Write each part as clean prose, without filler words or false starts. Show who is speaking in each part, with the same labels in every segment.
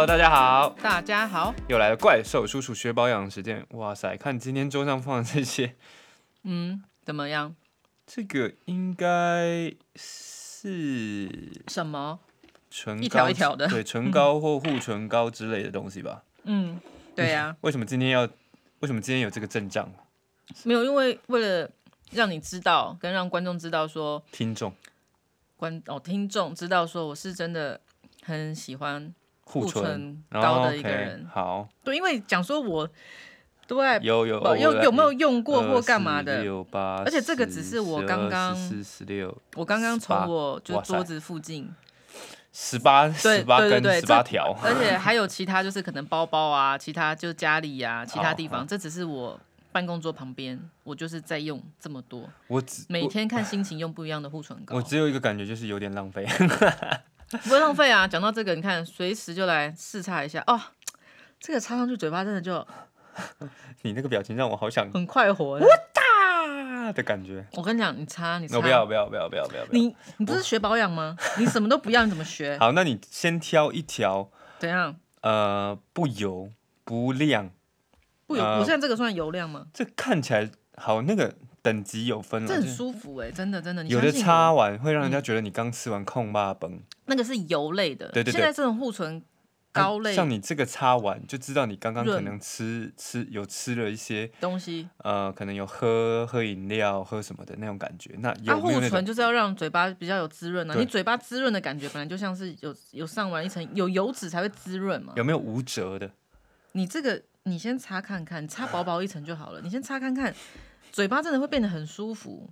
Speaker 1: Hello， 大家好，
Speaker 2: 大家好，
Speaker 1: 又来了怪兽叔叔学保养的时间。哇塞，看今天桌上放的这些，
Speaker 2: 怎么样？
Speaker 1: 这个应该是
Speaker 2: 什么？
Speaker 1: 唇膏，
Speaker 2: 一条一条的，
Speaker 1: 对，唇膏或护唇膏之类的东西吧。
Speaker 2: 对呀、
Speaker 1: 为什么今天有这个阵仗？
Speaker 2: 没有，因为为了让你知道，跟让观众知道说，
Speaker 1: 听众
Speaker 2: 听众知道说我是真的很喜欢
Speaker 1: 护
Speaker 2: 唇膏的一个人。
Speaker 1: OK， 好，
Speaker 2: 对，因为讲说我对
Speaker 1: 有
Speaker 2: 没有用过或干嘛的，
Speaker 1: 6、8，
Speaker 2: 而且这个只是我刚刚
Speaker 1: 14、16，
Speaker 2: 我刚刚从我就
Speaker 1: 哇塞
Speaker 2: 桌子附近。
Speaker 1: 18根18条，
Speaker 2: 而且还有其他，就是可能包包啊，其他就家里啊，其他地方，这只是我办公桌旁边，我就是在用这么多。每天看心情用不一样的护唇膏。
Speaker 1: 我只有一个感觉，就是有点浪费。
Speaker 2: 不会浪费啊！讲到这个，你看，随时就来试擦一下哦。这个擦上去，嘴巴真的就……
Speaker 1: 你那个表情让我好想
Speaker 2: 很快活
Speaker 1: 的感觉。
Speaker 2: 我跟你讲，你擦，
Speaker 1: 我不要。
Speaker 2: 你不是学保养吗？你什么都不要，你怎么学？
Speaker 1: 好，那你先挑一条。
Speaker 2: 怎样？
Speaker 1: 不油不亮。
Speaker 2: 不油，我现在这个算油亮吗？
Speaker 1: 这看起来好，那个等级有分了。
Speaker 2: 这很舒服哎，真的。你
Speaker 1: 有的擦完会让人家觉得你刚吃完控霸崩。
Speaker 2: 那个是油类的。对。现在这种护唇膏类，
Speaker 1: 像你这个擦完就知道你刚刚可能有吃了一些
Speaker 2: 东西，
Speaker 1: 可能有喝饮料喝什么的那种感觉。那有没有那种？
Speaker 2: 护唇就是要让嘴巴比较有滋润啊。你嘴巴滋润的感觉本来就像是有上完一层有油脂才会滋润嘛。
Speaker 1: 有没有无折的？
Speaker 2: 你这个你先擦看看，你擦薄薄一层就好了。你先擦看看，嘴巴真的会变得很舒服。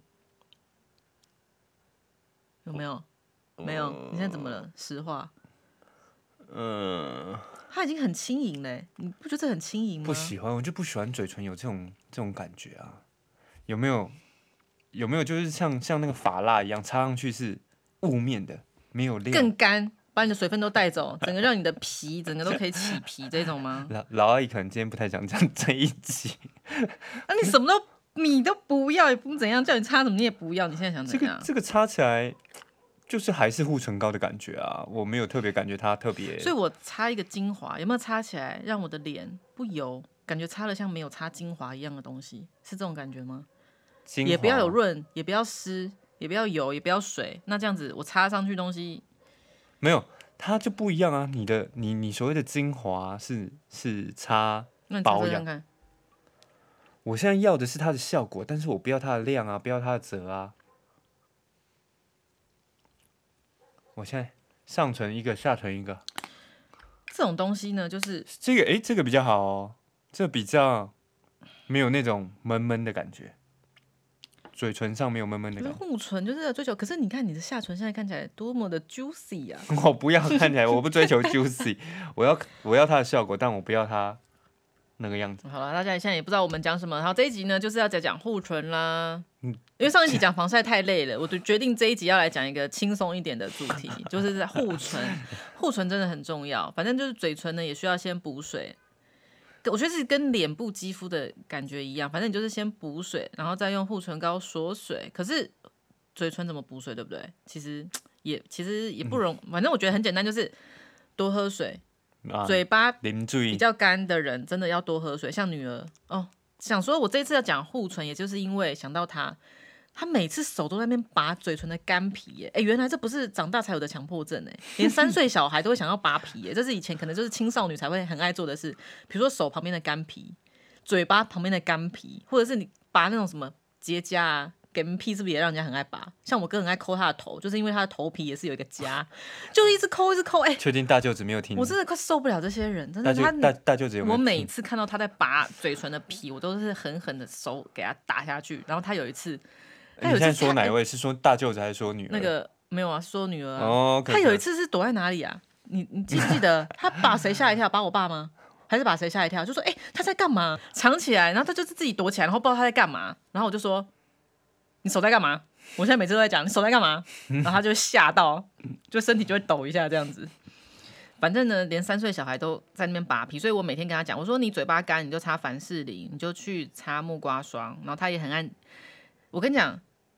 Speaker 2: 有没有？没有。你现在怎么了？实话。它已经很轻盈嘞，你不觉得这很轻盈吗？
Speaker 1: 不喜欢，我就不喜欢嘴唇有这种感觉啊。有没有就是像那个发蜡一样，擦上去是雾面的，没有亮，
Speaker 2: 更干，把你的水分都带走，整个让你的皮整个都可以起皮这种吗？
Speaker 1: 老阿姨可能今天不太想讲这一集。
Speaker 2: 那你什么都你都不要，也不怎样，叫你擦什么你也不要，你现在想怎样？
Speaker 1: 这个擦起来。就是还是护唇膏的感觉啊，我没有特别感觉它特别。
Speaker 2: 所以我擦一个精华，有没有擦起来让我的脸不油？感觉擦了像没有擦精华一样的东西，是这种感觉吗？也不要有润，也不要湿，也不要油，也不要水。那这样子我擦上去东西
Speaker 1: 没有，它就不一样啊。你所谓的精华是擦保养。
Speaker 2: 看
Speaker 1: 我现在要的是它的效果，但是我不要它的量啊，不要它的折啊。我现在上唇一个，下唇一个。
Speaker 2: 这种东西呢，就是
Speaker 1: 这个比较好哦，这比较没有那种闷闷的感觉，嘴唇上没有闷闷的感觉。
Speaker 2: 护唇就是要追求，可是你看你的下唇现在看起来多么的 juicy 啊！
Speaker 1: 我不要看起来，我不追求 juicy， 我要它的效果，但我不要它那个样子。
Speaker 2: 好了，大家现在也不知道我们讲什么，然后这一集呢就是要讲护唇啦。因为上一集讲防晒太累了，我就决定这一集要来讲一个轻松一点的主题，就是在护唇。护唇真的很重要，反正就是嘴唇呢也需要先补水。我觉得是跟脸部肌肤的感觉一样，反正你就是先补水，然后再用护唇膏锁水。可是嘴唇怎么补水，对不对？其实也不容，反正我觉得很简单，就是多喝水。嘴巴比较干的人真的要多喝水，像女儿哦。想说我这一次要讲护唇，也就是因为想到她每次手都在那边拔嘴唇的干皮耶。原来这不是长大才有的强迫症耶，连3岁小孩都会想要拔皮耶。这是以前可能就是青少女才会很爱做的事，比如说手旁边的干皮，嘴巴旁边的干皮，或者是你拔那种什么结痂啊。给屁是不是也让人家很爱拔？像我哥很爱抠他的头，就是因为他的头皮也是有一个痂，就一直抠。
Speaker 1: 确定大舅子没有听？
Speaker 2: 我真的快受不了这些人，真的。
Speaker 1: 大舅子有没有听？
Speaker 2: 我每次看到他在拔嘴唇的皮，我都是狠狠的手给他打下去。然后他有一次，
Speaker 1: 你现在说哪一位？是说大舅子还是说女儿？
Speaker 2: 那个没有啊，说女儿啊。
Speaker 1: 哦，
Speaker 2: 他有一次是躲在哪里啊？你记不记得？他把谁吓一跳？把我爸吗？还是把谁吓一跳？就说他在干嘛？藏起来，然后他就是自己躲起来，然后不知道他在干嘛。然后我就说。你手在干嘛？我现在每次都在讲你手在干嘛，然后他就会吓到，就身体就会抖一下这样子。反正呢，连3岁小孩都在那边拔皮，所以我每天跟他讲，我说你嘴巴干，你就擦凡士林，你就去擦木瓜霜，然后他也很爱。我跟你讲，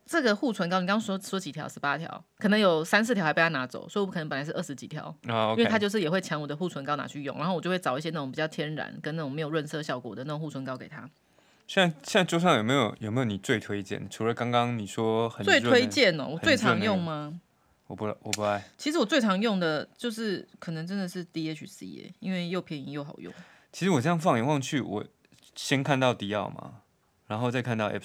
Speaker 2: 这个护唇膏，你刚刚说几条？18条，可能有3、4条还被他拿走，所以我可能本来是20几条，
Speaker 1: 因
Speaker 2: 为他就是也会抢我的护唇膏拿去用，然后我就会找一些那种比较天然跟那种没有润色效果的那种护唇膏给他。
Speaker 1: 现在桌上有没有你最推荐？除了刚刚你说很
Speaker 2: 最推荐
Speaker 1: 我
Speaker 2: 最常用吗？
Speaker 1: 我不爱。
Speaker 2: 其实我最常用的就是可能真的是 DHC 耶，因为又便宜又好用。
Speaker 1: 其实我这样放眼望去，我先看到迪奥嘛，然后再看到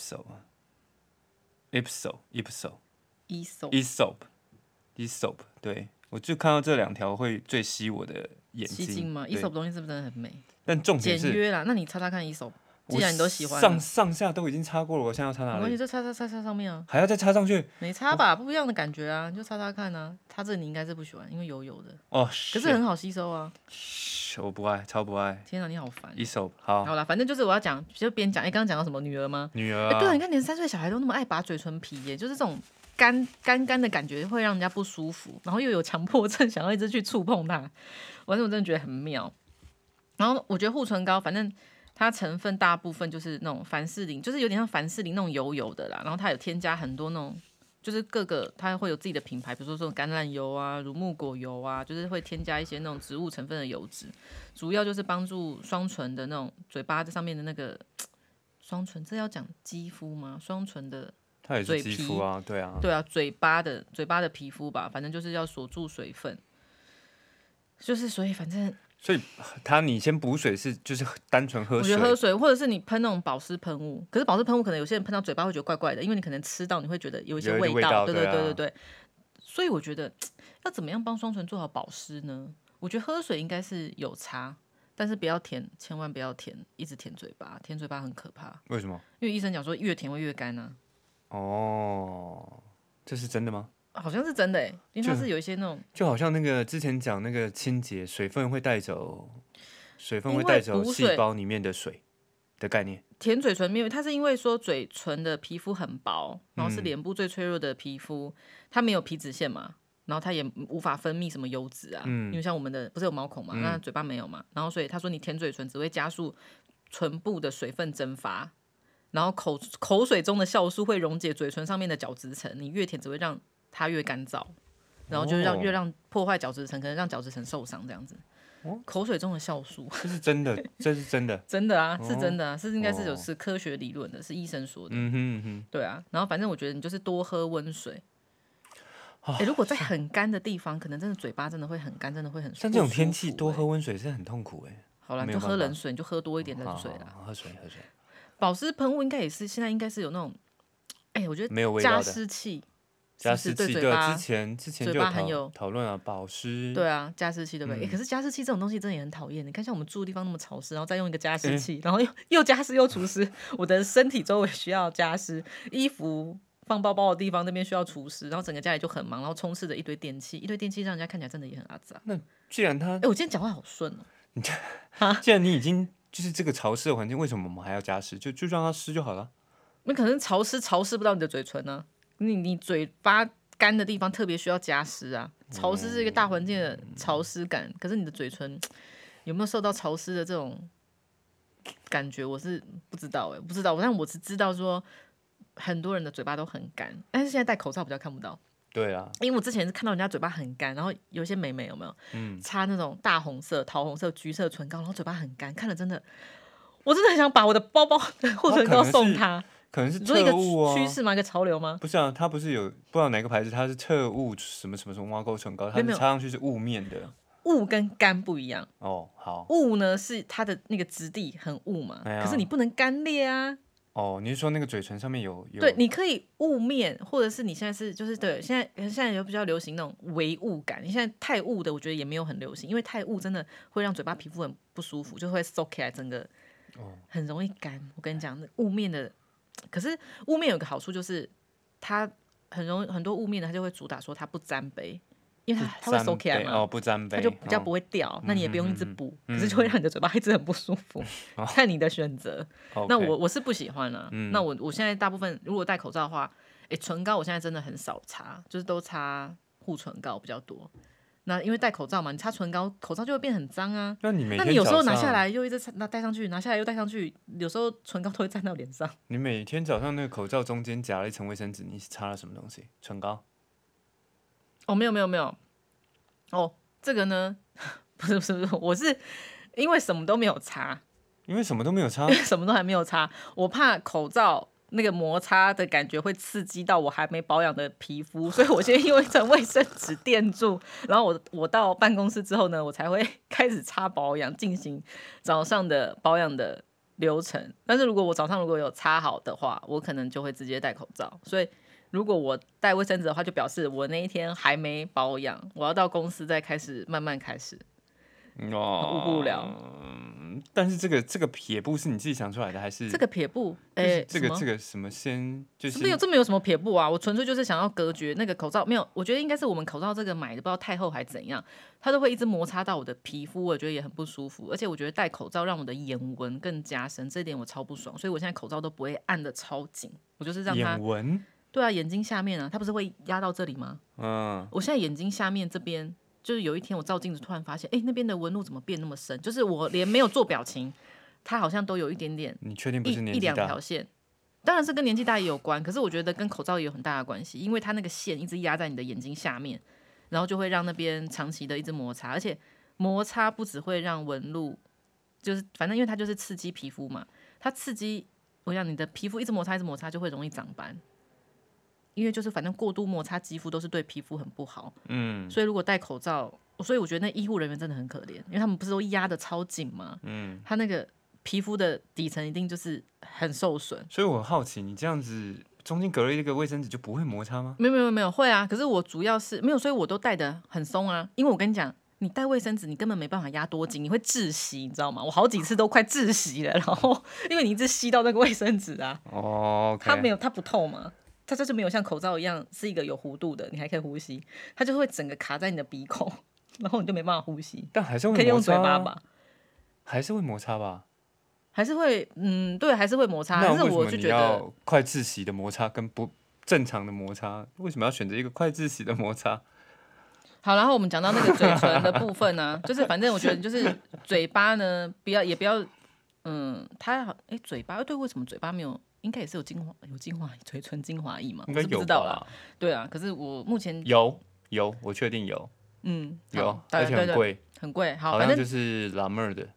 Speaker 1: Ipso，对，我就看到这2条会最吸我的眼睛。
Speaker 2: 吸睛吗？Ipso 东西是不是真的很美？
Speaker 1: 但重点是
Speaker 2: 简约啦，那你擦擦看 Ipso。既然你都喜欢，
Speaker 1: 上下都已经擦过了，我现在要擦哪里？
Speaker 2: 没关系，就擦上面啊。
Speaker 1: 还要再擦上去？
Speaker 2: 没擦吧，不一样的感觉啊，你就擦擦看啊。它这你应该是不喜欢，因为油油的。
Speaker 1: 哦，
Speaker 2: 可是很好吸收啊。
Speaker 1: 我不爱，超不爱。
Speaker 2: 天哪，你好烦。
Speaker 1: Ipso 好
Speaker 2: 啦，反正就是我要讲，就边讲。刚刚讲到什么女儿吗？
Speaker 1: 女儿啊。
Speaker 2: 对啊，你看连3岁小孩都那么爱拔嘴唇皮耶，就是这种干的感觉会让人家不舒服，然后又有强迫症，想要一直去触碰它。反正我真的觉得很妙。然后我觉得护唇膏，反正它成分大部分就是那种凡士林，就是有点像凡士林那种油油的啦。然后它有添加很多那种，就是各个它会有自己的品牌，比如说这种橄榄油啊、乳木果油啊，就是会添加一些那种植物成分的油脂，主要就是帮助双唇的那种嘴巴上面的那个双唇，这要讲肌肤吗？双唇的
Speaker 1: 它也是肌肤啊，对啊，
Speaker 2: 对啊，嘴巴的皮肤吧，反正就是要锁住水分，就是所以反正。
Speaker 1: 所以你先补水就是单纯喝水，
Speaker 2: 我觉得喝水，或者是你喷那种保湿喷雾。可是保湿喷雾可能有些人喷到嘴巴会觉得怪怪的，因为你可能吃到你会觉得有一些味道。对。所以我觉得要怎么样帮双唇做好保湿呢？我觉得喝水应该是有差，但是不要甜，千万不要甜，一直舔嘴巴，舔嘴巴很可怕。
Speaker 1: 为什么？
Speaker 2: 因为医生讲说越甜会越干啊。
Speaker 1: 哦，这是真的吗？
Speaker 2: 好像是真的耶，因为它是有一些那种，
Speaker 1: 就好像那个之前讲那个清洁，水分会带走细胞里面的水的概念。
Speaker 2: 舔嘴唇面，它是因为说嘴唇的皮肤很薄，然后是脸部最脆弱的皮肤，它没有皮脂腺嘛，然后它也无法分泌什么油脂啊，因为像我们的不是有毛孔嘛，那嘴巴没有嘛，然后所以他说你舔嘴唇只会加速唇部的水分蒸发。然后口水中的酵素会溶解嘴唇上面的角质层，你越舔只会让它越干燥，然后就越让破坏角质层，可能让角质层受伤这样子。口水中的酵素，
Speaker 1: 这是真的，
Speaker 2: 真的啊，是真的啊，是应该是科学理论的，是医生说的。对啊。然后反正我觉得你就是多喝温水。如果在很干的地方，可能真的嘴巴真的会很干，真的会很舒服。
Speaker 1: 像这种天气多喝温水是很痛苦哎。
Speaker 2: 好了，你就喝冷水，你就喝多一点冷水啦。
Speaker 1: 喝水。
Speaker 2: 保湿喷雾应该也是，现在应该是有那种，我觉得
Speaker 1: 没有味道的
Speaker 2: 加湿器。
Speaker 1: 加湿器
Speaker 2: 对，
Speaker 1: 之前就有讨论啊，保湿。
Speaker 2: 对啊，加湿器对不对？可是加湿器这种东西真的也很讨厌。你看，像我们住的地方那么潮湿，然后再用一个加湿器，然后又加湿又除湿。我的身体周围需要加湿，衣服放包包的地方那边需要除湿，然后整个家里就很忙，然后充斥着一堆电器，让人家看起来真的也很阿杂。
Speaker 1: 那既然
Speaker 2: 我今天讲话好顺
Speaker 1: 哦。既然你已经就是这个潮湿的环境，为什么我们还要加湿？就让它湿就好了。
Speaker 2: 那可能潮湿不到你的嘴唇呢。你嘴巴干的地方特别需要加湿啊，潮湿是一个大环境的潮湿感，可是你的嘴唇有没有受到潮湿的这种感觉，我是不知道不知道，但我是知道说很多人的嘴巴都很干，但是现在戴口罩比较看不到。
Speaker 1: 对啊，
Speaker 2: 因为我之前是看到人家嘴巴很干，然后有些美眉有没有擦那种大红色、桃红色、橘色唇膏，然后嘴巴很干，看了我真的很想把我的包包的护唇膏送他。
Speaker 1: 可能是特务
Speaker 2: 啊，趋势吗？一个潮流吗？
Speaker 1: 不是啊，它不是有不知道哪个牌子，它是特务什么挖沟唇膏，它是擦上去是雾面的。
Speaker 2: 雾跟干不一样
Speaker 1: 哦，好。
Speaker 2: 雾呢是它的那个质地很雾嘛，可是你不能干裂啊。
Speaker 1: 哦，你是说那个嘴唇上面有？
Speaker 2: 对，你可以雾面，或者是你现在是就是对，现在有比较流行那种微雾感。你现在太雾的，我觉得也没有很流行，因为太雾真的会让嘴巴皮肤很不舒服，就会收起来，整个很容易干。我跟你讲，雾面的。可是雾面有个好处就是它很多雾面的它就会主打说它不沾杯，因为它会收起来嘛，
Speaker 1: 不沾杯，
Speaker 2: 它就比较不会掉，那你也不用一直补，可是就会让你的嘴巴一直很不舒服，看你的选择。那我是不喜欢啊。那我现在大部分如果戴口罩的话，唇膏我现在真的很少擦，就是都擦护唇膏比较多。 那因为戴口罩嘛，你擦唇膏，口罩就会变很脏啊。
Speaker 1: 那你
Speaker 2: 有时候拿下来又一直戴上去，拿下来又戴上去，有时候唇膏都会沾到脸上。
Speaker 1: 你每天早上那个口罩中间夹了一层卫生纸，你是擦了什么东西？唇膏？
Speaker 2: 哦，没有。哦，这个呢，不是，我是因为什么都没有擦。
Speaker 1: 因为什么都没有擦，
Speaker 2: 什么都还没有擦，我怕口罩那个摩擦的感觉会刺激到我还没保养的皮肤，所以我先用一层卫生纸垫住，然后我到办公室之后呢，我才会开始擦保养，进行早上的保养的流程。但是如果我早上如果有擦好的话，我可能就会直接戴口罩。所以如果我带卫生纸的话，就表示我那一天还没保养，我要到公司再开始慢慢开始。误不了。
Speaker 1: 但是这个撇步是你自己想出来的，还是
Speaker 2: 这个撇步？
Speaker 1: 这个什么先就是
Speaker 2: 这没有什么撇步啊，我纯粹就是想要隔绝那个口罩。没有，我觉得应该是我们口罩这个买的不知道太厚还怎样，它都会一直摩擦到我的皮肤，我觉得也很不舒服。而且我觉得戴口罩让我的眼纹更加深，这一点我超不爽，所以我现在口罩都不会按的超紧，我就是让它
Speaker 1: 眼纹。
Speaker 2: 对啊，眼睛下面啊，它不是会压到这里吗？我现在眼睛下面这边。就是有一天我照镜子，突然发现，那边的纹路怎么变那么深？就是我连没有做表情，它好像都有一点点。
Speaker 1: 你确定不是年纪大？
Speaker 2: 一两条线，当然是跟年纪大也有关，可是我觉得跟口罩也有很大的关系，因为它那个线一直压在你的眼睛下面，然后就会让那边长期的一直摩擦，而且摩擦不只会让纹路，就是反正因为它就是刺激皮肤嘛，它刺激我想你的皮肤一直摩擦就会容易长斑。因为就是反正过度摩擦肌肤都是对皮肤很不好，所以如果戴口罩，所以我觉得那医护人员真的很可怜，因为他们不是都压得超紧吗？他那个皮肤的底层一定就是很受损。
Speaker 1: 所以我很好奇，你这样子中间隔了一个卫生纸就不会摩擦吗？
Speaker 2: 没有会啊，可是我主要是没有，所以我都戴得很松啊，因为我跟你讲。你戴卫生纸，你根本没办法压多紧，你会窒息，你知道吗？我好几次都快窒息了，然后因为你一直吸到那个卫生纸啊，它不透嘛。它就是没有像口罩一样是一个有弧度的，你还可以呼吸，它就会整个卡在你的鼻孔，然后你就没办法呼吸。
Speaker 1: 但还是会摩擦，
Speaker 2: 可以用嘴巴吧？
Speaker 1: 还是会摩擦吧？
Speaker 2: 还是会，对，还是会摩擦。
Speaker 1: 那
Speaker 2: 为什么你
Speaker 1: 要快窒息的摩擦跟不正常的摩擦？为什么要选择一个快窒息的摩擦？
Speaker 2: 好，然后我们讲到那个嘴唇的部分呢、就是反正我觉得就是嘴巴呢，不要，它嘴巴对，为什么嘴巴没有？应该也是有精华嘴唇精华液嘛？
Speaker 1: 应该有吧？
Speaker 2: 我是不知道啦。对啊，可是我目前
Speaker 1: 有，我确定有。有，而且很贵，
Speaker 2: 很贵。
Speaker 1: 好像就是 La Mer 的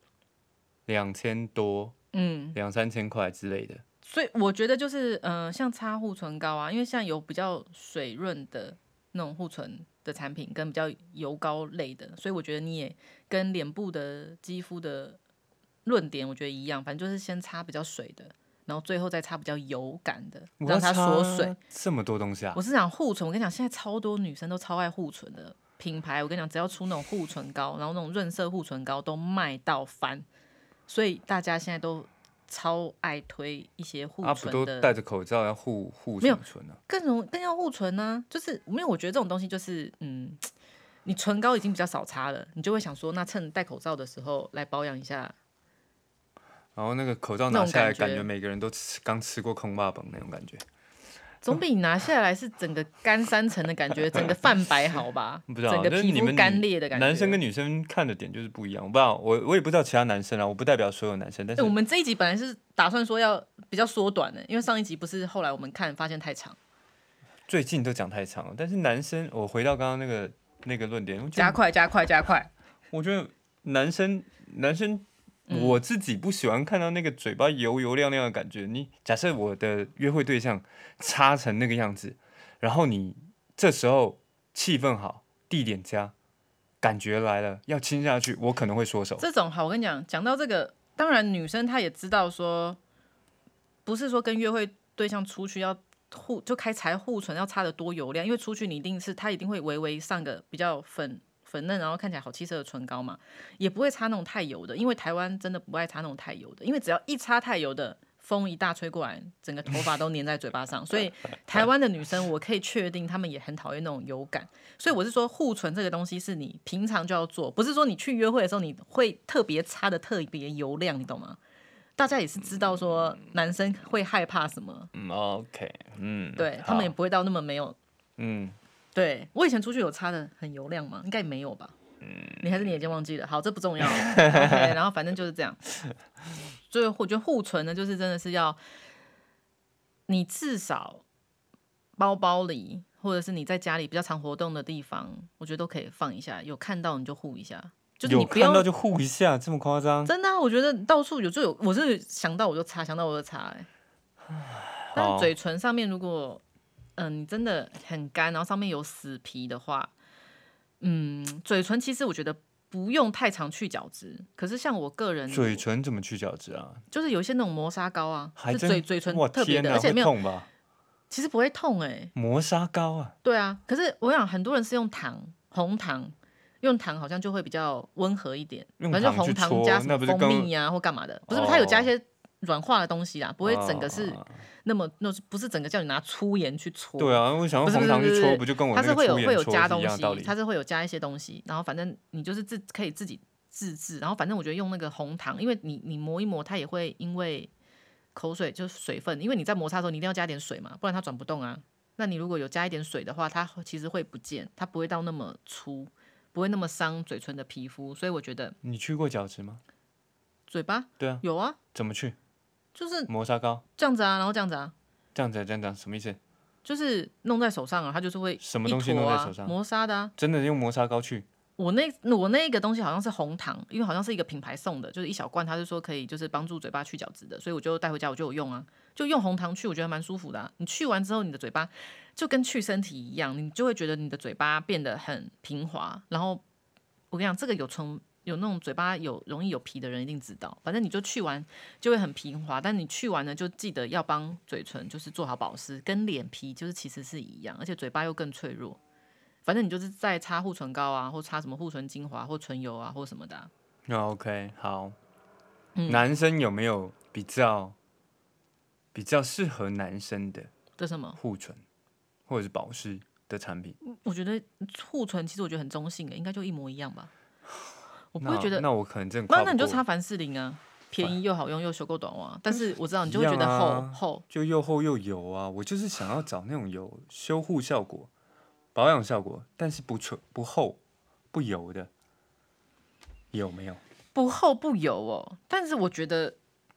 Speaker 1: 2000多，2-3千块之类的。
Speaker 2: 所以我觉得就是像擦护唇膏啊，因为像有比较水润的那种护唇的产品，跟比较油膏类的，所以我觉得你也跟脸部的肌肤的论点我觉得一样，反正就是先擦比较水的。然后最后再擦比较油感的，让它锁水。
Speaker 1: 这么多东西啊！
Speaker 2: 我是讲护唇，我跟你讲，现在超多女生都超爱护唇的品牌。我跟你讲，只要出那种护唇膏，然后那种润色护唇膏都卖到翻，所以大家现在都超爱推一些护唇的。
Speaker 1: 不都戴着口罩要护唇啊？
Speaker 2: 更要护唇啊！就是因为我觉得这种东西就是你唇膏已经比较少擦了，你就会想说，那趁戴口罩的时候来保养一下。
Speaker 1: 然后那个口罩拿下来，感觉每个人都刚吃过空霸本那种感觉，
Speaker 2: 总比你拿下来是整个干3层的感觉，整个泛白好吧？
Speaker 1: 不知道，
Speaker 2: 整个皮肤干裂的感觉。
Speaker 1: 男生跟女生看的点就是不一样，我不知道，我也不知道其他男生啊，我不代表所有男生。但是
Speaker 2: 我们这一集本来是打算说要比较缩短的，因为上一集不是后来我们看发现太长，
Speaker 1: 最近都讲太长了。但是男生，我回到刚刚那个论点，
Speaker 2: 加快。
Speaker 1: 我觉得男生。我自己不喜欢看到那个嘴巴油亮亮的感觉。你假设我的约会对象擦成那个样子，然后你这时候气氛好，地点佳，感觉来了，要亲下去，我可能会缩手。
Speaker 2: 这种好，我跟你讲到这个，当然女生她也知道说，不是说跟约会对象出去要就开采护唇要擦的多油亮，因为出去你他一定会微微上个比较粉嫩，然后看起来好气色的唇膏嘛，也不会擦那种太油的，因为台湾真的不爱擦那种太油的，因为只要一擦太油的，风一大吹过来，整个头发都粘在嘴巴上，所以台湾的女生我可以确定她们也很讨厌那种油感，所以我是说护唇这个东西是你平常就要做，不是说你去约会的时候你会特别擦的特别油亮，你懂吗？大家也是知道说男生会害怕什么
Speaker 1: ，OK，
Speaker 2: 对他们也不会到那么没有， 对，我以前出去有擦的很油亮吗？应该没有吧。你还是你已经忘记了。好，这不重要。OK， 然后反正就是这样。所以我觉得护唇呢，就是真的是要你至少包包里，或者是你在家里比较常活动的地方，我觉得都可以放一下。有看到你就护一下，就是你
Speaker 1: 有
Speaker 2: 不要
Speaker 1: 看到就护一下，这么夸张？
Speaker 2: 真的、啊，我觉得到处有就有，我是想到我就擦，想到我就擦、欸。但是嘴唇上面如果你真的很干，然后上面有死皮的话，嘴唇其实我觉得不用太常去角质。可是像我个人，
Speaker 1: 嘴唇怎么去角质啊？
Speaker 2: 就是有一些那种磨砂膏啊，是
Speaker 1: 还真
Speaker 2: 嘴唇
Speaker 1: 哇
Speaker 2: 特别的，
Speaker 1: 天哪，
Speaker 2: 而且没有，
Speaker 1: 会痛吧？
Speaker 2: 其实不会痛
Speaker 1: 磨砂膏啊，
Speaker 2: 对啊，可是我想很多人是用红糖，用糖好像就会比较温和一点，
Speaker 1: 用
Speaker 2: 反正就红
Speaker 1: 糖去搓
Speaker 2: 糖加什么
Speaker 1: 那不是
Speaker 2: 蜂蜜啊或干嘛的，不是它有加一些软化的东西啦，不会整个是那不是整个叫你拿粗盐去搓。
Speaker 1: 对啊，我想用
Speaker 2: 不是
Speaker 1: 红糖去搓，不就跟我
Speaker 2: 它
Speaker 1: 那个
Speaker 2: 是会有
Speaker 1: 粗盐搓
Speaker 2: 加东西
Speaker 1: 是一样的道，理？
Speaker 2: 它是会有加一些东西，然后反正你就是可以自己自制，然后反正我觉得用那个红糖，因为你磨一磨，它也会因为口水就是水分，因为你在摩擦的时候你一定要加点水嘛，不然它转不动啊。那你如果有加一点水的话，它其实会不见，它不会到那么粗，不会那么伤嘴唇的皮肤，所以我觉得
Speaker 1: 你去过角质吗？
Speaker 2: 嘴巴
Speaker 1: 对啊，
Speaker 2: 有啊，
Speaker 1: 怎么去？
Speaker 2: 就是
Speaker 1: 磨砂膏
Speaker 2: 这样子啊，然后这样子啊，
Speaker 1: 这样子这样子什么意思？
Speaker 2: 就是弄在手上啊，它就是会
Speaker 1: 什么东西弄在手上？
Speaker 2: 磨砂的啊。
Speaker 1: 真的用磨砂膏去？
Speaker 2: 我那个东西好像是红糖，因为好像是一个品牌送的，就是一小罐，他是说可以就是帮助嘴巴去角质的，所以我就带回家，我就有用啊，就用红糖去，我觉得蛮舒服的啊。你去完之后，你的嘴巴就跟去身体一样，你就会觉得你的嘴巴变得很平滑。然后我跟你讲，这个有那种嘴巴容易有皮的人一定知道，反正你就去完就会很平滑，但你去完呢，就记得要帮嘴唇就是做好保湿，跟脸皮就是其实是一样，而且嘴巴又更脆弱。反正你就是在擦护唇膏啊，或擦什么护唇精华或唇油啊，或什么的啊。
Speaker 1: OK， 好。男生有没有比较适合男生的
Speaker 2: 这什么？
Speaker 1: 护唇或者是保湿的产品？
Speaker 2: 我觉得护唇其实我觉得很中性诶，应该就一模一样吧。我不会觉得，
Speaker 1: 那我可能真的
Speaker 2: 那你就擦凡士林啊，便宜又好用又修够短袜。但是我知道你就会觉得厚，
Speaker 1: 就又厚又油啊。我就是想要找那种有修护效果、保养效果，但是不厚不油的，有没有？
Speaker 2: 不厚不油哦。但是我觉得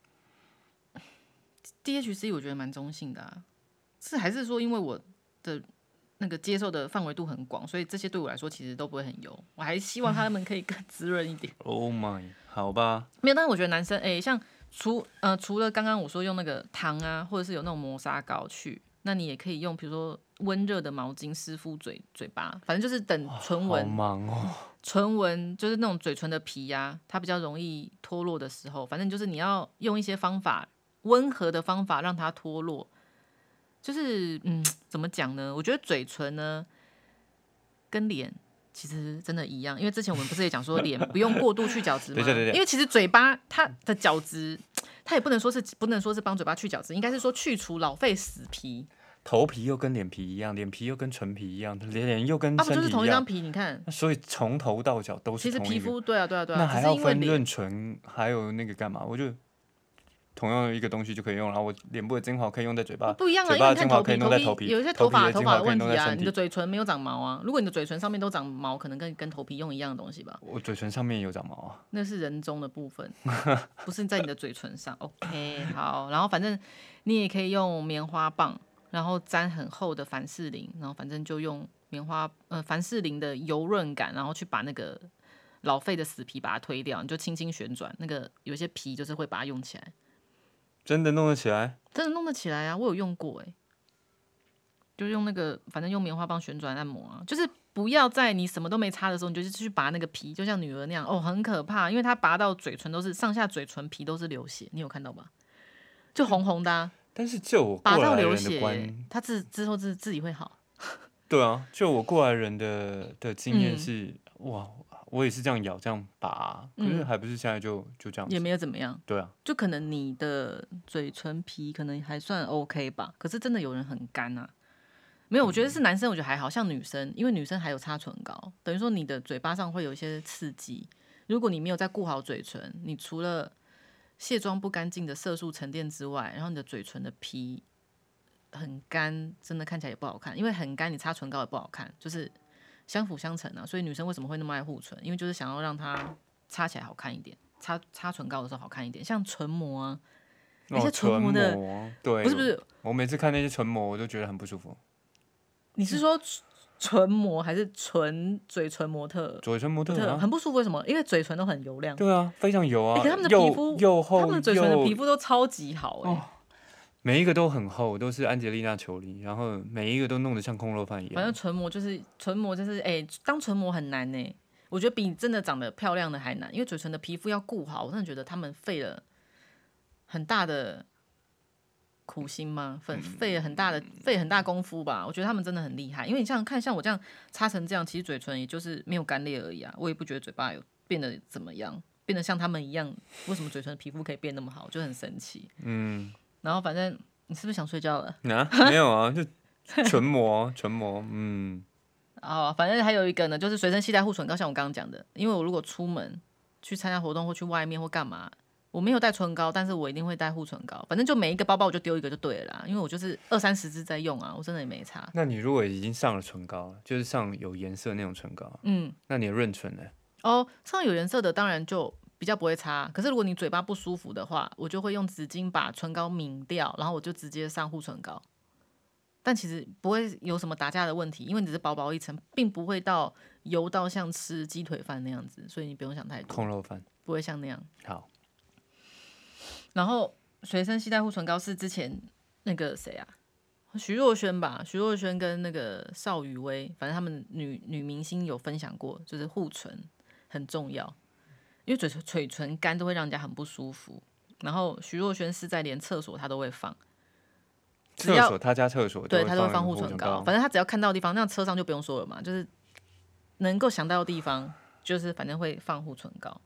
Speaker 2: DHC 我觉得蛮中性的啊，还是说因为我的那个接受的范围度很广，所以这些对我来说其实都不会很油。我还希望他们可以更滋润一点。
Speaker 1: Oh my， 好吧。
Speaker 2: 没有，但是我觉得男生像除了刚刚我说用那个糖啊，或者是有那种磨砂膏去，那你也可以用比如说温热的毛巾湿敷嘴巴，反正就是等唇纹。
Speaker 1: 好忙哦。
Speaker 2: 唇纹就是那种嘴唇的皮啊，它比较容易脱落的时候，反正就是你要用一些方法，温和的方法让它脱落。就是怎么讲呢？我觉得嘴唇呢跟脸其实真的一样，因为之前我们不是也讲说脸不用过度去角质吗？
Speaker 1: 对，
Speaker 2: 因为其实嘴巴它的角质，它也不能说是帮嘴巴去角质，应该是说去除老废死皮。
Speaker 1: 头皮又跟脸皮一样，脸皮又跟唇皮一样，脸又跟身体一样，
Speaker 2: 不就是同一张皮？你看，
Speaker 1: 所以从头到脚都是同一个。
Speaker 2: 其实皮肤对啊，
Speaker 1: 那还要分
Speaker 2: 润
Speaker 1: 唇，还有那个干嘛？我就同样的一个东西就可以用，然后我脸部的精华可以用在嘴巴，
Speaker 2: 不一样啊，
Speaker 1: 嘴巴的精华可以弄在头皮，
Speaker 2: 有一些头发的问题啊，
Speaker 1: 你
Speaker 2: 的嘴唇没有长毛啊。如果你的嘴唇上面都长毛，可能跟头皮用一样的东西吧。
Speaker 1: 我嘴唇上面有长毛啊，
Speaker 2: 那是人中的部分，不是在你的嘴唇上。OK， 好，然后反正你也可以用棉花棒，然后沾很厚的凡士林，然后反正就用凡士林的油润感，然后去把那个老废的死皮把它推掉，你就轻轻旋转，那个有些皮就是会把它用起来。
Speaker 1: 真的弄得起来？
Speaker 2: 真的弄得起来啊！我有用过就用那个，反正用棉花棒旋转按摩啊，就是不要在你什么都没擦的时候，你就去拔那个皮，就像女儿那样很可怕，因为它拔到嘴唇都是上下嘴唇皮都是流血，你有看到吧？就红红的啊。
Speaker 1: 但是就我过
Speaker 2: 拔到
Speaker 1: 来
Speaker 2: 流血
Speaker 1: 人的观，
Speaker 2: 它之后自己会好。
Speaker 1: 对啊，就我过来人的经验是，哇，我也是这样咬这样拔，可是还不是现在就这样子，
Speaker 2: 也没有怎么样。
Speaker 1: 对啊，
Speaker 2: 就可能你的嘴唇皮可能还算 OK 吧，可是真的有人很干啊。没有，我觉得是男生，我觉得还好像女生，因为女生还有擦唇膏，等于说你的嘴巴上会有一些刺激。如果你没有在顾好嘴唇，你除了卸妆不干净的色素沉淀之外，然后你的嘴唇的皮很干，真的看起来也不好看，因为很干你擦唇膏也不好看，就是相辅相成啊。所以女生为什么会那么爱护唇？因为就是想要让它擦起来好看一点，擦唇膏的时候好看一点，像唇膜啊，那些唇膜的，
Speaker 1: 对，
Speaker 2: 不是，
Speaker 1: 我每次看那些唇膜，我都觉得很不舒服。
Speaker 2: 你是说唇膜还是嘴唇模特？
Speaker 1: 嘴唇模特
Speaker 2: 很不舒服，为什么？因为嘴唇都很油亮。
Speaker 1: 对啊，非常油啊。
Speaker 2: 可是他们的皮肤
Speaker 1: 又厚，
Speaker 2: 他们的嘴唇的皮肤都超级好
Speaker 1: 每一个都很厚，都是安吉丽娜·裘丽，然后每一个都弄得像空肉饭一样。
Speaker 2: 反正唇膜就是当唇膜很难呢。我觉得比真的长得漂亮的还难，因为嘴唇的皮肤要顾好，我真的觉得他们费了很大的苦心吗？费了很大功夫吧。我觉得他们真的很厉害，因为你像我这样擦成这样，其实嘴唇也就是没有干裂而已啊。我也不觉得嘴巴有变得怎么样，变得像他们一样。为什么嘴唇的皮肤可以变那么好？就很神奇。然后反正你是不是想睡觉了？
Speaker 1: 没有啊，就唇膜，
Speaker 2: 反正还有一个呢，就是随身携带护唇膏，像我刚刚讲的，因为我如果出门去参加活动或去外面或干嘛，我没有带唇膏，但是我一定会带护唇膏。反正就每一个包包我就丢一个就对了啦，因为我就是20-30支在用啊，我真的也没差。
Speaker 1: 那你如果已经上了唇膏，就是上有颜色那种唇膏，那你的润唇呢？
Speaker 2: 上有颜色的当然就比较不会擦，可是如果你嘴巴不舒服的话，我就会用纸巾把唇膏抿掉，然后我就直接上护唇膏。但其实不会有什么打架的问题，因为你只是薄薄一层，并不会到油到像吃鸡腿饭那样子，所以你不用想太多。
Speaker 1: 空肉饭
Speaker 2: 不会像那样。
Speaker 1: 好。
Speaker 2: 然后随身携带护唇膏是之前那个谁啊，徐若瑄吧，徐若瑄跟那个邵雨薇，反正他们女明星有分享过，就是护唇很重要，因为嘴唇干都会让人家很不舒服。然后徐若瑄是在连厕所她都会放。
Speaker 1: 他家厕所
Speaker 2: 对，他都会放护
Speaker 1: 唇
Speaker 2: 膏。反正他只要看到的地方，那车上就不用说了嘛，就是能够想到的地方，就是反正会放护唇膏。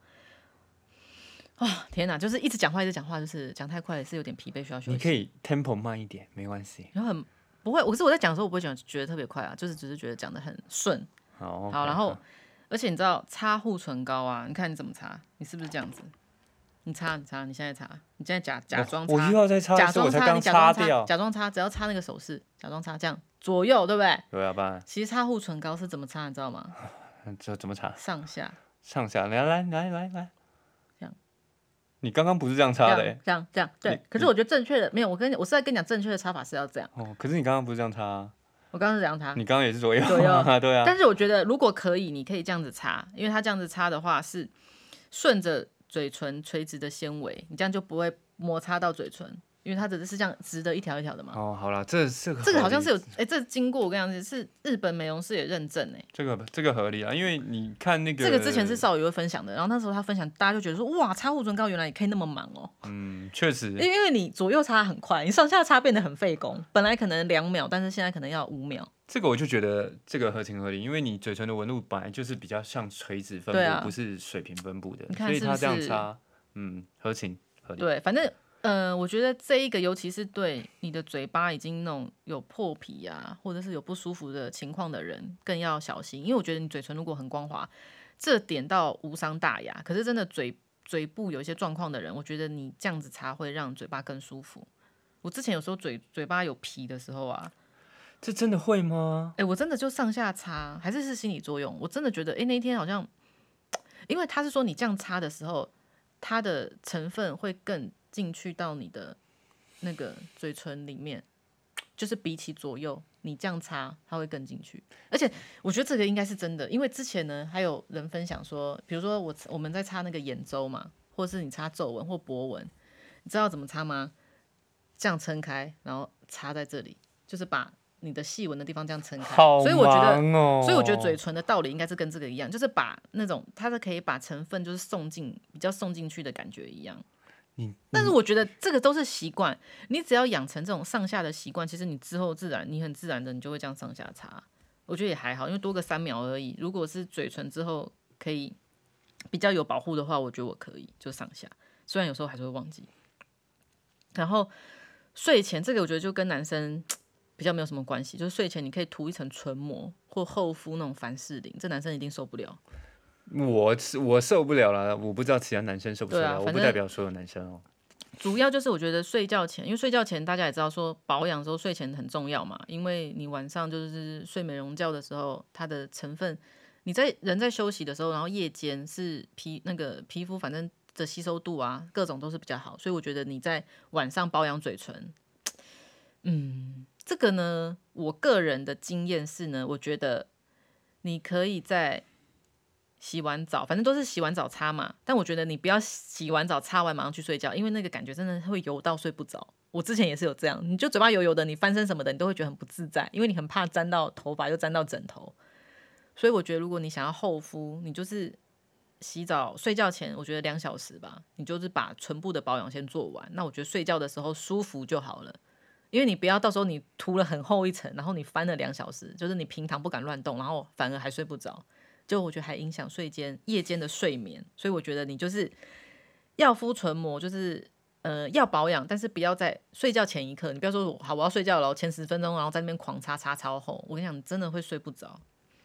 Speaker 2: 天哪，就是一直讲话，就是讲太快也是有点疲惫，需要休息。
Speaker 1: 你可以 tempo 慢一点，没关系。
Speaker 2: 然后不会，可是我在讲的时候，我不会觉得特别快啊，就是只是觉得讲得很顺。
Speaker 1: 好，
Speaker 2: 然后而且你知道擦护唇膏啊，你看你怎么擦，你是不是这样子？你擦，你现在擦，你现在假装擦，
Speaker 1: 我又要再擦，
Speaker 2: 假装擦，你假装擦，只要擦那个手势，假装擦，这样左右，对不对？
Speaker 1: 对啊，爸。
Speaker 2: 其实擦护唇膏是怎么擦，你知道吗？
Speaker 1: 这怎么擦？
Speaker 2: 上下，
Speaker 1: 来，
Speaker 2: 这样。
Speaker 1: 你刚刚不是这样擦的？
Speaker 2: 这样，对。可是我觉得正确的没有，我是在跟你讲正确的擦法是要这样。
Speaker 1: 可是你刚刚不是这样擦？
Speaker 2: 我刚刚是这样擦。
Speaker 1: 你刚刚也是左右。对啊。
Speaker 2: 但是我觉得如果可以，你可以这样子擦，因为它这样子擦的话是顺着嘴唇垂直的纤维，你这样就不会摩擦到嘴唇，因为它只是这样直的一条一条的嘛。
Speaker 1: 好了，这
Speaker 2: 个好像是有这经过我跟你讲是日本美容师也认证
Speaker 1: 这个合理啊，因为你看那个
Speaker 2: 这个之前是邵雨薇分享的，然后那时候他分享，大家就觉得说哇，擦护唇膏原来也可以那么忙哦。
Speaker 1: 确实，
Speaker 2: 因为你左右擦很快，你上下擦变得很费工，本来可能2秒，但是现在可能要5秒。
Speaker 1: 这个我就觉得这个合情合理，因为你嘴唇的纹路本来就是比较像垂直分布，不是水平分布的，所以它这样擦。合情合理。
Speaker 2: 对，反正我觉得这一个，尤其是对你的嘴巴已经那种有破皮啊，或者是有不舒服的情况的人，更要小心。因为我觉得你嘴唇如果很光滑，这点倒无伤大雅。可是真的嘴部有一些状况的人，我觉得你这样子擦会让嘴巴更舒服。我之前有时候嘴巴有皮的时候啊，
Speaker 1: 这真的会吗？
Speaker 2: 我真的就上下擦，还是心理作用。我真的觉得，那一天好像，因为他是说你这样擦的时候，它的成分会更进去到你的那个嘴唇里面，就是比起左右，你这样擦它会更进去。而且我觉得这个应该是真的，因为之前呢还有人分享说，比如说我们在擦那个眼周嘛，或是你擦皱纹或脖纹，你知道怎么擦吗？这样撑开，然后擦在这里，就是把你的细纹的地方这样撑开。所以我觉得嘴唇的道理应该是跟这个一样，就是把那种它是可以把成分就是比较送进去的感觉一样。但是我觉得这个都是习惯，你只要养成这种上下的习惯，其实你之后你很自然的你就会这样上下擦。我觉得也还好，因为多个3秒而已。如果是嘴唇之后可以比较有保护的话，我觉得我可以就上下，虽然有时候还是会忘记。然后睡前这个我觉得就跟男生比较没有什么关系，就是睡前你可以涂一层唇膜或厚敷那种凡士林，这男生一定受不了。
Speaker 1: 我受不了了，我不知道其他男生受不受得了，我不代表所有男生哦。
Speaker 2: 主要就是我觉得睡觉前，因为睡觉前大家也知道说保养的时候睡前很重要嘛，因为你晚上就是睡美容觉的时候，它的成分，人在休息的时候，然后夜间是那个皮肤反正的吸收度啊，各种都是比较好，所以我觉得你在晚上保养嘴唇，这个呢，我个人的经验是呢，我觉得你可以在洗完澡，反正都是洗完澡擦嘛。但我觉得你不要洗完澡擦完马上去睡觉，因为那个感觉真的会油到睡不着。我之前也是有这样，你就嘴巴油油的，你翻身什么的，你都会觉得很不自在，因为你很怕沾到头发又沾到枕头。所以我觉得，如果你想要厚敷，你就是洗澡睡觉前，我觉得2小时吧，你就是把唇部的保养先做完。那我觉得睡觉的时候舒服就好了。因为你不要到时候你涂了很厚一层，然后你翻了2小时，就是你平常不敢乱动，然后反而还睡不着。就我觉得还影响夜间的睡眠，所以我觉得你就是要敷唇膜，就是要保养，但是不要在睡觉前一刻，你不要说好我要睡觉了，前10分钟然后在那边狂擦超厚，我跟你讲，你真的会睡不着。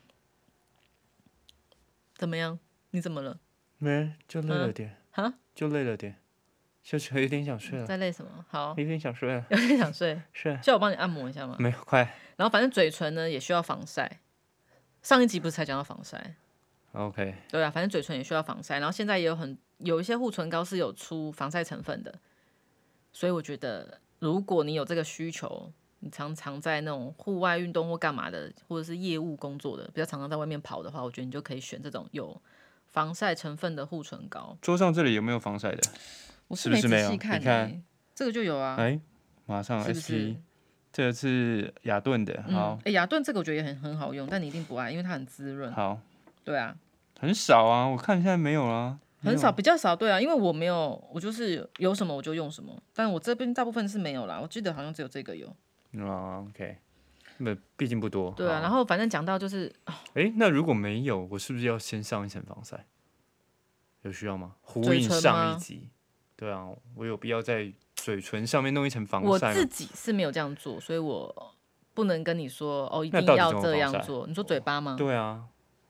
Speaker 2: 怎么样？你怎么了？
Speaker 1: 没，就累了点，就累了点，有点想睡了。
Speaker 2: 在累什么？好，
Speaker 1: 有点想睡了，
Speaker 2: 有点想睡，
Speaker 1: 是
Speaker 2: 需要我帮你按摩一下吗？
Speaker 1: 没有，快。
Speaker 2: 然后反正嘴唇呢也需要防晒。上一集不是才讲到防晒
Speaker 1: ？OK，
Speaker 2: 对啊，反正嘴唇也需要防晒，然后现在也有一些护唇膏是有出防晒成分的，所以我觉得如果你有这个需求，你常常在那种户外运动或干嘛的，或者是业务工作的，比较常常在外面跑的话，我觉得你就可以选这种有防晒成分的护唇膏。
Speaker 1: 桌上这里有没有防晒的？
Speaker 2: 我
Speaker 1: 是不是没有？
Speaker 2: 仔细看，
Speaker 1: 你看
Speaker 2: 这个就有啊，
Speaker 1: 马上 SP，
Speaker 2: 是不是？
Speaker 1: 这个是雅顿的，好，
Speaker 2: 雅顿这个我觉得也很好用，但你一定不爱，因为它很滋润。
Speaker 1: 好，
Speaker 2: 对啊，
Speaker 1: 很少啊，我看现在没有啦，
Speaker 2: 很少，比较少，对啊，因为我没有，我就是有什么我就用什么，但我这边大部分是没有啦，我记得好像只有这个有。
Speaker 1: OK， 那毕竟不多。
Speaker 2: 对啊，然后反正讲到就是，
Speaker 1: 那如果没有，我是不是要先上一层防晒？有需要吗？呼应
Speaker 2: 嘴唇吗
Speaker 1: 上一集，对啊，我有必要在嘴唇上面弄一层防晒吗？
Speaker 2: 我自己是没有这样做，所以我不能跟你说一定
Speaker 1: 那到底
Speaker 2: 要
Speaker 1: 怎么防晒
Speaker 2: 这样做。你说嘴巴吗？
Speaker 1: 对啊，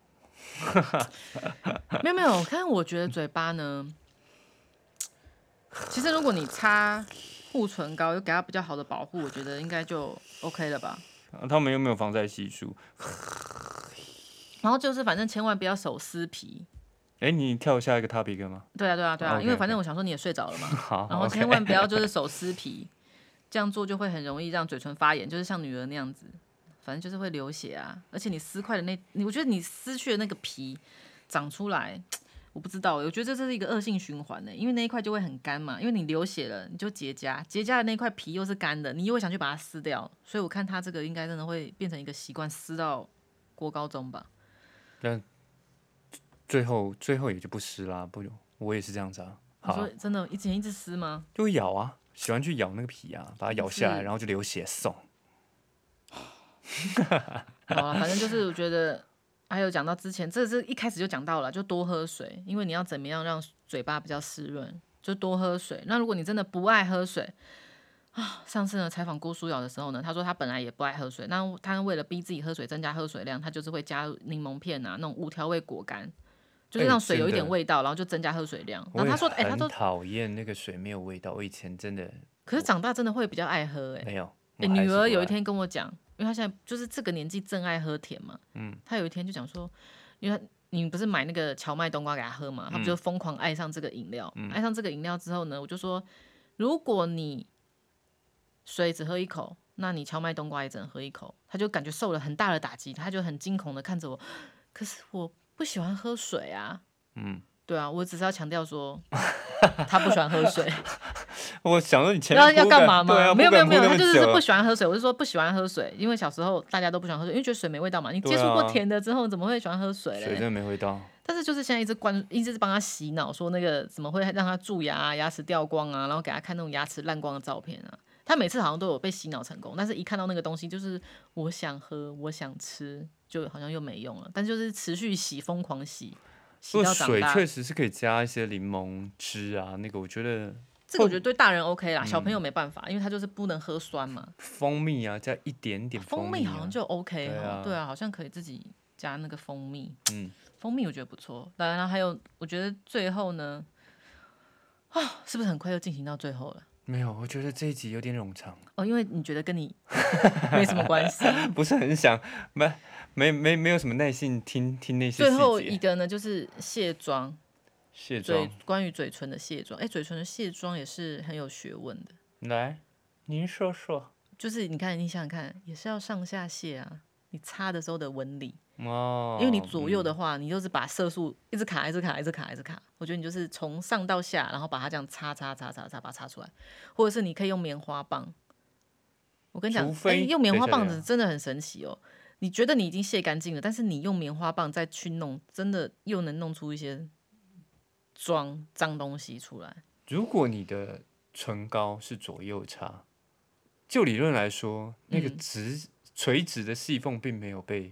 Speaker 2: 没有，但我觉得嘴巴呢，其实如果你擦护唇膏，又给它比较好的保护，我觉得应该就 OK 了吧。
Speaker 1: 他们又没有防晒系数。
Speaker 2: 然后就是反正千万不要手撕皮。
Speaker 1: 你跳下一个 topic 吗？
Speaker 2: 对啊，
Speaker 1: OK，
Speaker 2: 因为反正我想说你也睡着了嘛。
Speaker 1: 好，
Speaker 2: 然后千万不要就是手撕皮，这样做就会很容易让嘴唇发炎，就是像女儿那样子，反正就是会流血啊。而且你撕块的我觉得你撕去的那个皮长出来，我不知道，我觉得这是一个恶性循环呢，因为那一块就会很干嘛，因为你流血了，你就结痂，结痂的那块皮又是干的，你又会想去把它撕掉，所以我看他这个应该真的会变成一个习惯，撕到国高中吧。
Speaker 1: 但最后也就不撕啦，我也是这样子啊。
Speaker 2: 你说真的，一直撕吗？
Speaker 1: 就会咬啊，喜欢去咬那个皮啊，把它咬下来，然后就流血送。
Speaker 2: 好了，反正就是我觉得还有讲到之前，这是一开始就讲到了，就多喝水，因为你要怎么样让嘴巴比较湿润，就多喝水。那如果你真的不爱喝水啊，上次呢采访郭书瑶的时候呢，他说他本来也不爱喝水，那他为了逼自己喝水，增加喝水量，他就是会加柠檬片啊，那种无调味果干。就是让水有一点味道，然后就增加喝水量。然后他说，他说
Speaker 1: 讨厌那个水没有味道。我以前真的，
Speaker 2: 可是长大真的会比较爱喝，
Speaker 1: 没有。
Speaker 2: 女儿有一天跟我讲，因为她现在就是这个年纪正爱喝甜嘛，她有一天就讲说，因为你不是买那个荞麦冬瓜给她喝嘛，她不就疯狂爱上这个饮料，爱上这个饮料之后呢，我就说，如果你水只喝一口，那你荞麦冬瓜也只能喝一口，她就感觉受了很大的打击，她就很惊恐的看着我，可是我不喜欢喝水啊，对啊，我只是要强调说，他不喜欢喝水。
Speaker 1: 我想说你前面
Speaker 2: 要干嘛吗？
Speaker 1: 啊、
Speaker 2: 没有，他就是不喜欢喝水。我是说不喜欢喝水，因为小时候大家都不喜欢喝水，因为觉得水没味道嘛。你接触过甜的之后，怎么会喜欢喝水嘞？
Speaker 1: 水真的没味道。
Speaker 2: 但是就是现在一直帮他洗脑，说那个怎么会让他蛀牙啊、牙齿掉光啊，然后给他看那种牙齿烂光的照片啊。他每次好像都有被洗脑成功，但是一看到那个东西，就是我想喝，我想吃，就好像又没用了。但就是持续洗，疯狂洗。洗到长大。
Speaker 1: 水确实是可以加一些柠檬汁啊，那个我觉得。
Speaker 2: 这个我觉得对大人 OK 啦，小朋友没办法，因为他就是不能喝酸嘛。
Speaker 1: 蜂蜜啊，加一点点
Speaker 2: 蜂蜜好像就 OK
Speaker 1: 哈，
Speaker 2: 对啊，好像可以自己加那个蜂蜜。蜂蜜我觉得不错。然后还有，我觉得最后呢， 是不是很快就进行到最后了？
Speaker 1: 没有，我觉得这一集有点冗长，
Speaker 2: 因为你觉得跟你没什么关系。
Speaker 1: 不是很想，没有什么耐性听那些细节。
Speaker 2: 最后一个呢，就是卸妆，
Speaker 1: 卸妆，
Speaker 2: 关于嘴唇的卸妆。嘴唇的卸妆也是很有学问的。
Speaker 1: 来，您说说。
Speaker 2: 就是你看，你想想看，也是要上下卸啊。你擦的时候的纹理，
Speaker 1: 哦，
Speaker 2: 因为你左右的话，你就是把色素一直卡，一直卡，一直卡，一直卡。我觉得你就是从上到下，然后把它这样擦，把它擦出来，或者是你可以用棉花棒。我跟你讲，用棉花棒子真的很神奇哦。你觉得你已经卸干净了，但是你用棉花棒再去弄，真的又能弄出一些脏东西出来。
Speaker 1: 如果你的唇膏是左右擦，就理论来说，那个垂直的细缝并没有被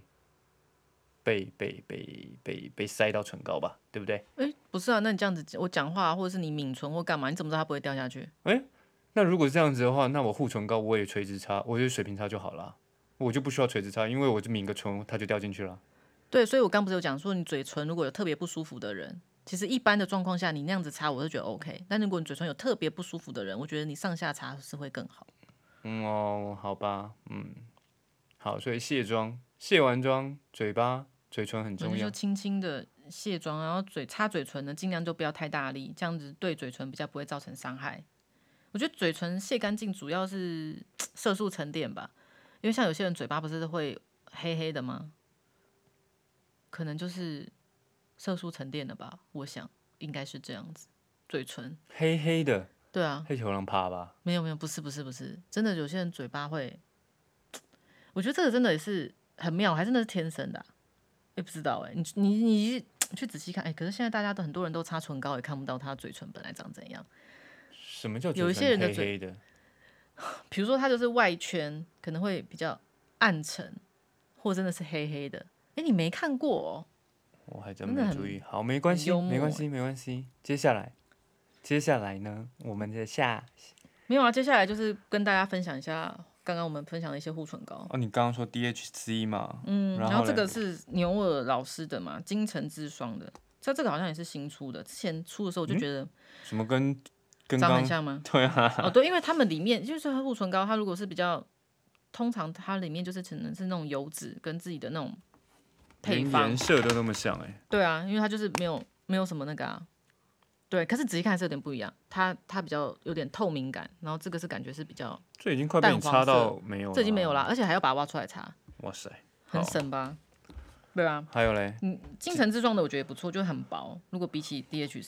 Speaker 1: 塞到唇膏吧，对不对？
Speaker 2: 不是啊，那你这样子，我讲话或者是你抿唇或干嘛，你怎么知道它不会掉下去？
Speaker 1: 那如果是这样子的话，那我护唇膏我也垂直擦，我就水平擦就好了，我就不需要垂直擦，因为我就抿个唇，它就掉进去了。
Speaker 2: 对，所以我刚不是有讲说，你嘴唇如果有特别不舒服的人，其实一般的状况下，你那样子擦我是觉得 OK， 但如果你嘴唇有特别不舒服的人，我觉得你上下擦是会更好。
Speaker 1: 好吧，好，所以卸完妆，嘴唇很重要，
Speaker 2: 就轻轻的卸妆，然后擦嘴唇呢，尽量就不要太大力，这样子对嘴唇比较不会造成伤害。我觉得嘴唇卸干净主要是色素沉淀吧，因为像有些人嘴巴不是会黑黑的吗？可能就是色素沉淀了吧，我想应该是这样子。嘴唇
Speaker 1: 黑黑的，
Speaker 2: 对啊，
Speaker 1: 黑球狼趴吧？
Speaker 2: 没有，不是，真的有些人嘴巴会，我觉得这个真的也是很妙，还真的是天生的、也不知道你去仔细看，可是现在大家很多人都擦唇膏，也看不到他嘴唇本来长怎样。
Speaker 1: 什么叫
Speaker 2: 有一些人的
Speaker 1: 嘴黑的？
Speaker 2: 比如说他就是外圈可能会比较暗沉，或真的是黑黑的。你没看过哦？
Speaker 1: 我还真没注意。好，没关系。接下来呢？我们的
Speaker 2: 没有啊，接下来就是跟大家分享一下刚刚我们分享的一些护唇膏。
Speaker 1: 你刚刚说 DHC 嘛？
Speaker 2: 然后这个是牛尔老师的嘛，金橙之霜的。这个好像也是新出的，之前出的时候我就觉得
Speaker 1: 什么跟
Speaker 2: 长很像吗？
Speaker 1: 对啊。
Speaker 2: 对，因为他们里面就是护唇膏，它如果是比较通常它里面就是可能是那种油脂跟自己的那种配方，
Speaker 1: 连颜色都那么像
Speaker 2: 对啊，因为它就是没有什么那个啊。对，可是仔细看还是有点不一样，它比较有点透明感，然后这个是感觉是比较
Speaker 1: 这已经快被你擦到没有了，
Speaker 2: 这已经没有啦，而且还要把它挖出来擦。
Speaker 1: 哇塞，
Speaker 2: 很省吧？对啊。
Speaker 1: 还有嘞，
Speaker 2: 金橙之霜的我觉得也不错，就很薄。如果比起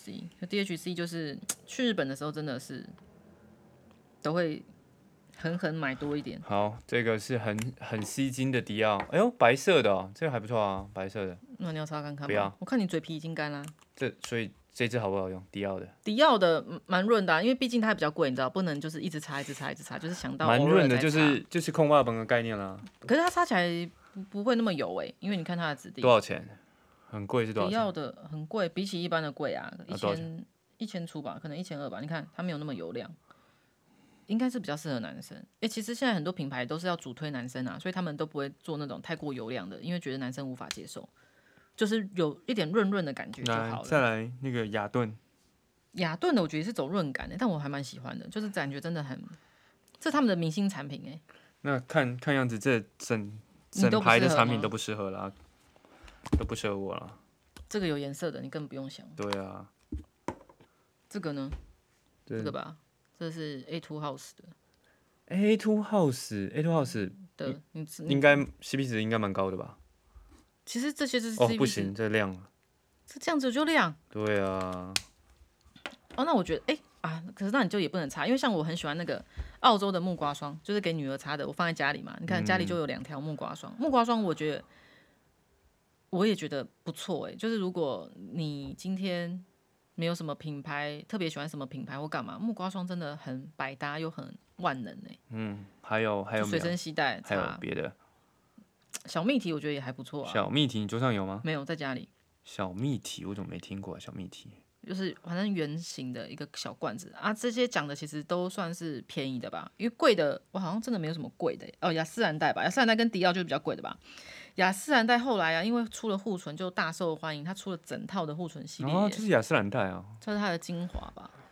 Speaker 2: DHC 就是去日本的时候真的是都会狠买多一点。
Speaker 1: 好，这个是很吸睛的迪奥，哎呦，白色的哦，这个还不错啊，白色的。
Speaker 2: 那你要擦看看吗？
Speaker 1: 不要，
Speaker 2: 我看你嘴皮已经干啦。
Speaker 1: 所以这支好不好用？迪奥
Speaker 2: 的蛮润的、因为毕竟它比较贵，你知道，不能就是一直擦，就是想到
Speaker 1: 蛮润的，就是控袜本的概念啦。
Speaker 2: 可是它擦起来不会那么油因为你看它的质地。
Speaker 1: 多少钱？很贵是多少钱？
Speaker 2: 迪奥的很贵，比起一般的贵啊，1000出吧，可能1200吧。你看它没有那么油亮，应该是比较适合男生。其实现在很多品牌都是要主推男生啊，所以他们都不会做那种太过油亮的，因为觉得男生无法接受。就是有一点润润的感觉就好了。
Speaker 1: 再来那个雅顿
Speaker 2: 的，我觉得是走润感的，但我还蛮喜欢的，就是感觉真的很，这是他们的明星产品
Speaker 1: 那看样子这整排的产品都不适合啦，都不适合我啦。
Speaker 2: 这个有颜色的，你根本不用想。
Speaker 1: 对啊。
Speaker 2: 这个呢？这个吧，这是 A2 House 的。
Speaker 1: A2 House
Speaker 2: 的，
Speaker 1: 应该 CP 值应该蛮高的吧？
Speaker 2: 其实这些是
Speaker 1: 不行，这亮了。
Speaker 2: 这样子就亮。
Speaker 1: 对啊。
Speaker 2: 那我觉得可是那你就也不能擦，因为像我很喜欢那个澳洲的木瓜霜，就是给女儿擦的，我放在家里嘛，你看家里就有2条木瓜霜。木瓜霜我也觉得不错就是如果你今天没有什么品牌特别喜欢什么品牌或干嘛，木瓜霜真的很百搭又很万能
Speaker 1: 还有
Speaker 2: 随身携带，
Speaker 1: 还有别的。
Speaker 2: 小蜜提我觉得也还不错啊。
Speaker 1: 小蜜提你桌上有吗？
Speaker 2: 没有，在家里。
Speaker 1: 小蜜提我怎么没听过小蜜提？
Speaker 2: 就是反正圆形的一个小罐子啊，这些讲的其实都算是便宜的吧，因为贵的我好像真的没有什么贵的雅诗兰黛吧，雅诗兰黛跟迪奥就是比较贵的吧。雅诗兰黛后来因为出了护唇就大受欢迎，它出了整套的护唇系列。
Speaker 1: 这是雅诗兰黛啊，
Speaker 2: 这是它的精华吧？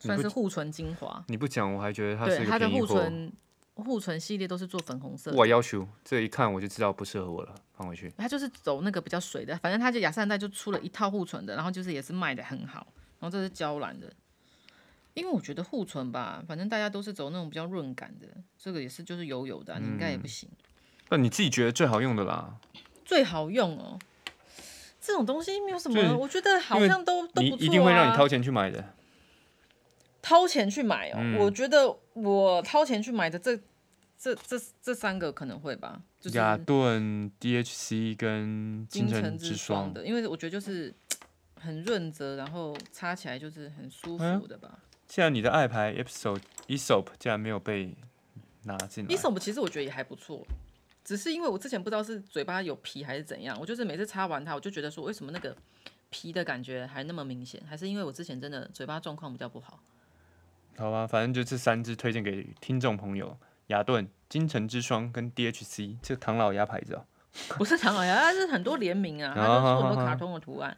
Speaker 2: 算是护唇精华。
Speaker 1: 你不讲我还觉得它是
Speaker 2: 对，它的
Speaker 1: 一个便宜
Speaker 2: 护唇系列都是做粉红色的。
Speaker 1: 我要求这一看我就知道不适合我了，放回去。
Speaker 2: 它就是走那个比较水的，反正它就雅诗兰黛就出了一套护唇的，然后就是也是卖的很好。然后这是娇兰的，因为我觉得护唇吧，反正大家都是走那种比较润感的，这个也是就是油油的、你应该也不行。
Speaker 1: 那你自己觉得最好用的啦？
Speaker 2: 最好用哦，这种东西没有什么，我觉得好像都不错、啊。
Speaker 1: 你一定会让你掏钱去买的。
Speaker 2: 掏钱去买哦，我觉得我掏钱去买的这三个可能会吧，就是
Speaker 1: 雅顿、DHC 跟
Speaker 2: 金
Speaker 1: 城
Speaker 2: 之
Speaker 1: 霜
Speaker 2: 的，因为我觉得就是很润泽，然后擦起来就是很舒服的吧。
Speaker 1: 既然你的爱牌 Aesop 竟然没有被拿进来
Speaker 2: ，Aesop 其实我觉得也还不错，只是因为我之前不知道是嘴巴有皮还是怎样，我就是每次擦完它，我就觉得说为什么那个皮的感觉还那么明显，还是因为我之前真的嘴巴状况比较不好。
Speaker 1: 好吧，反正就这3支推荐给听众朋友：雅顿、金城之霜跟 DHC， 这个唐老鸭牌子哦。
Speaker 2: 不是唐老鸭，它是很多联名啊，它都是很多卡通的图案。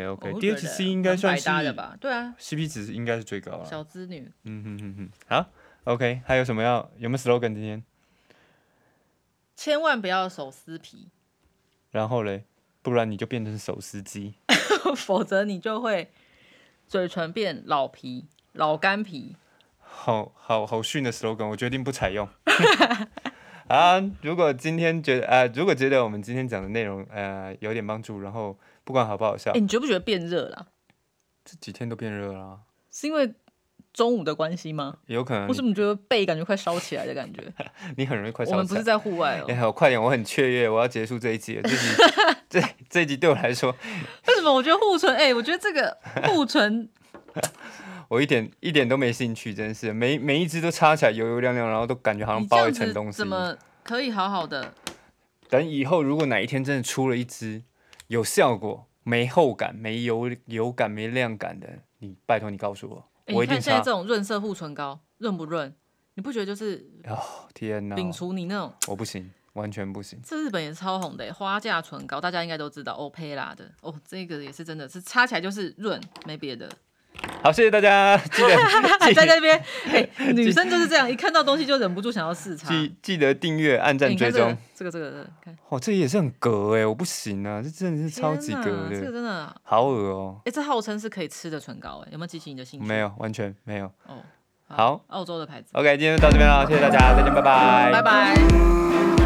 Speaker 1: OK，DHC 应该算是
Speaker 2: 百搭的吧？对啊
Speaker 1: ，CP 值应该是最高了。
Speaker 2: 小资女。
Speaker 1: 好 ，OK， 还有什么有没有 slogan 今天？
Speaker 2: 千万不要手撕皮，
Speaker 1: 然后嘞，不然你就变成手撕鸡，
Speaker 2: 否则你就会嘴唇变老皮、老干皮。
Speaker 1: 好逊的 slogan， 我决定不采用。啊，如果觉得我们今天讲的内容有点帮助，然后不管好不好笑，
Speaker 2: 你觉不觉得变热了？
Speaker 1: 这几天都变热了啊。
Speaker 2: 是因为中午的关系吗？
Speaker 1: 有可能。
Speaker 2: 我怎么觉得背感觉快烧起来的感觉？
Speaker 1: 你很容易快烧起来。
Speaker 2: 我们不是在户外哦。
Speaker 1: 好，快点，我很雀跃，我要结束这一集了。这一集对我来说，
Speaker 2: 为什么？我觉得护唇，我觉得这个护唇。
Speaker 1: 我一点都没兴趣，真是每一支都擦起来油油亮亮，然后都感觉好像包一层东西。
Speaker 2: 怎么可以好好的？
Speaker 1: 等以后如果哪一天真的出了一支有效果、没厚感、没油感、没亮感的，拜托你告诉我，我一定擦。
Speaker 2: 你看现在这种润色护唇膏润不润？你不觉得就是
Speaker 1: 天哪，
Speaker 2: 摒除你那种，
Speaker 1: 我不行，完全不行。
Speaker 2: 这日本也超红的花架唇膏，大家应该都知道，欧佩拉的这个也是真的是擦起来就是润，没别的。
Speaker 1: 好，谢谢大家，记得
Speaker 2: 还在那边，女生就是这样，一看到东西就忍不住想要试擦。
Speaker 1: 记得订阅、按赞、追踪。
Speaker 2: 这个，看，
Speaker 1: 这也是很格我不行啊，这真的是超级格的，
Speaker 2: 这个真的
Speaker 1: 好恶哦。
Speaker 2: 这号称是可以吃的唇膏，有没有激起你的兴趣？
Speaker 1: 没有，完全没有。
Speaker 2: 好，澳洲的牌子。
Speaker 1: OK， 今天就到这边了，谢谢大家，再见，拜拜。
Speaker 2: 拜拜。